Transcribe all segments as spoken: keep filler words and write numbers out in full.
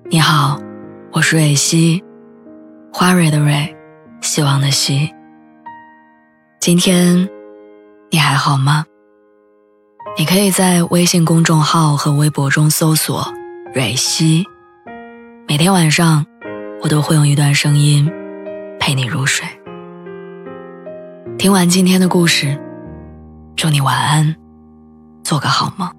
你好，我是蕊希，花蕊的蕊，希望的希。今天你还好吗？你可以在微信公众号和微博中搜索蕊希，每天晚上我都会用一段声音陪你入睡。听完今天的故事，祝你晚安，做个好梦。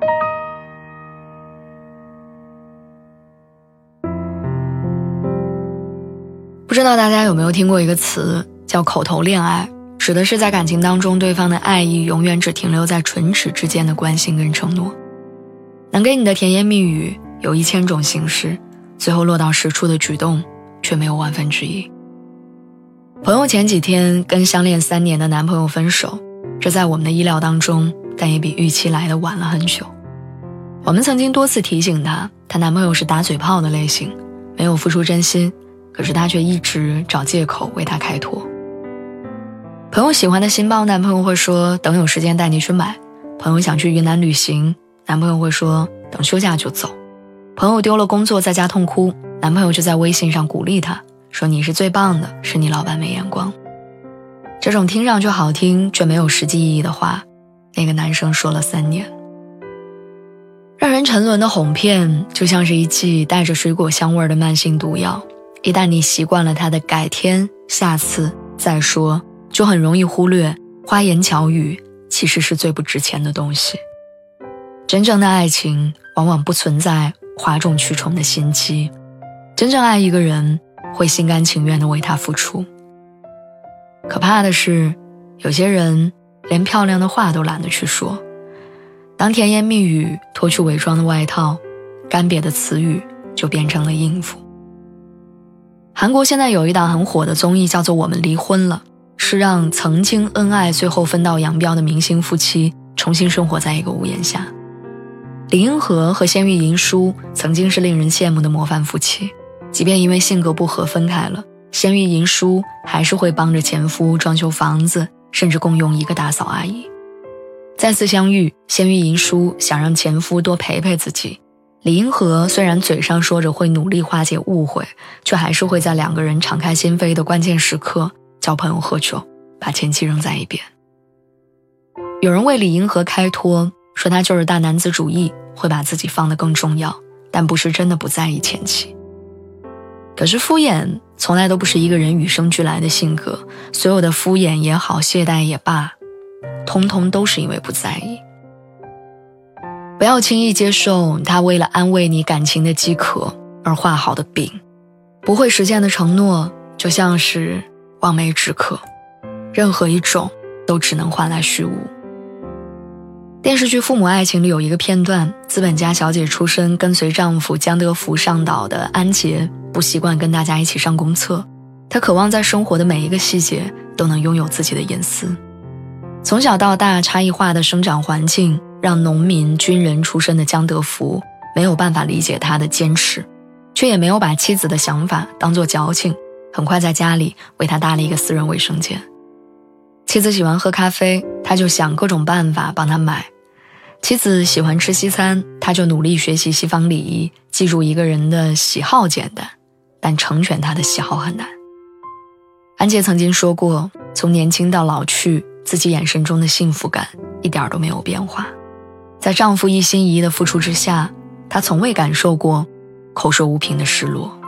不知道大家有没有听过一个词叫口头恋爱，指的是在感情当中对方的爱意永远只停留在唇齿之间的关心跟承诺，能给你的甜言蜜语有一千种形式，最后落到实处的举动却没有万分之一。朋友前几天跟相恋三年的男朋友分手，这在我们的意料当中，但也比预期来得晚了很久。我们曾经多次提醒她，她男朋友是打嘴炮的类型，没有付出真心，可是她却一直找借口为他开脱。朋友喜欢的新包，男朋友会说等有时间带你去买。朋友想去云南旅行，男朋友会说等休假就走。朋友丢了工作在家痛哭，男朋友就在微信上鼓励她，说你是最棒的，是你老板没眼光。这种听上去好听却没有实际意义的话，那个男生说了三年。让人沉沦的哄骗就像是一剂带着水果香味的慢性毒药，一旦你习惯了它的改天、下次、再说，就很容易忽略花言巧语其实是最不值钱的东西。真正的爱情往往不存在哗众取宠的心机，真正爱一个人会心甘情愿地为他付出。可怕的是，有些人连漂亮的话都懒得去说，当甜言蜜语脱去伪装的外套，干瘪的词语就变成了应付。韩国现在有一档很火的综艺叫做《我们离婚了》，是让曾经恩爱最后分道扬镳的明星夫妻重新生活在一个屋檐下。李银河和鲜玉银书曾经是令人羡慕的模范夫妻，即便因为性格不合分开了，鲜玉银书还是会帮着前夫装修房子，甚至共用一个打扫阿姨。再次相遇，鲜玉银书想让前夫多陪陪自己，李银河虽然嘴上说着会努力化解误会，却还是会在两个人敞开心扉的关键时刻叫朋友喝酒，把前妻扔在一边。有人为李银河开脱，说他就是大男子主义，会把自己放得更重要，但不是真的不在意前妻。可是敷衍从来都不是一个人与生俱来的性格，所有的敷衍也好，懈怠也罢，通通都是因为不在意。不要轻易接受他为了安慰你感情的饥渴而画好的饼，不会实现的承诺就像是望梅止渴，任何一种都只能换来虚无。电视剧《父母爱情》里有一个片段，资本家小姐出身，跟随丈夫江德福上岛的安杰不习惯跟大家一起上公厕，她渴望在生活的每一个细节都能拥有自己的隐私。从小到大差异化的生长环境让农民军人出身的江德福没有办法理解他的坚持，却也没有把妻子的想法当作矫情，很快在家里为他搭了一个私人卫生间。妻子喜欢喝咖啡，他就想各种办法帮他买。妻子喜欢吃西餐，他就努力学习西方礼仪，记住一个人的喜好简单，但成全他的喜好很难。安杰曾经说过，从年轻到老去，自己眼神中的幸福感一点都没有变化。在丈夫一心一意的付出之下，她从未感受过口说无凭的失落。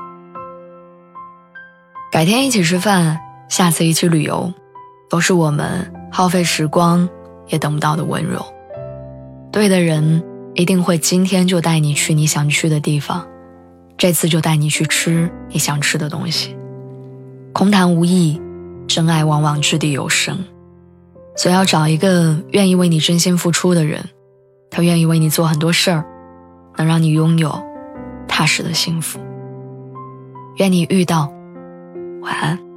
改天一起吃饭，下次一起旅游，都是我们耗费时光也等不到的温柔。对的人一定会今天就带你去你想去的地方，这次就带你去吃你想吃的东西。空谈无益，真爱往往掷地有声。所以要找一个愿意为你真心付出的人，他愿意为你做很多事儿，能让你拥有踏实的幸福。愿你遇到，晚安。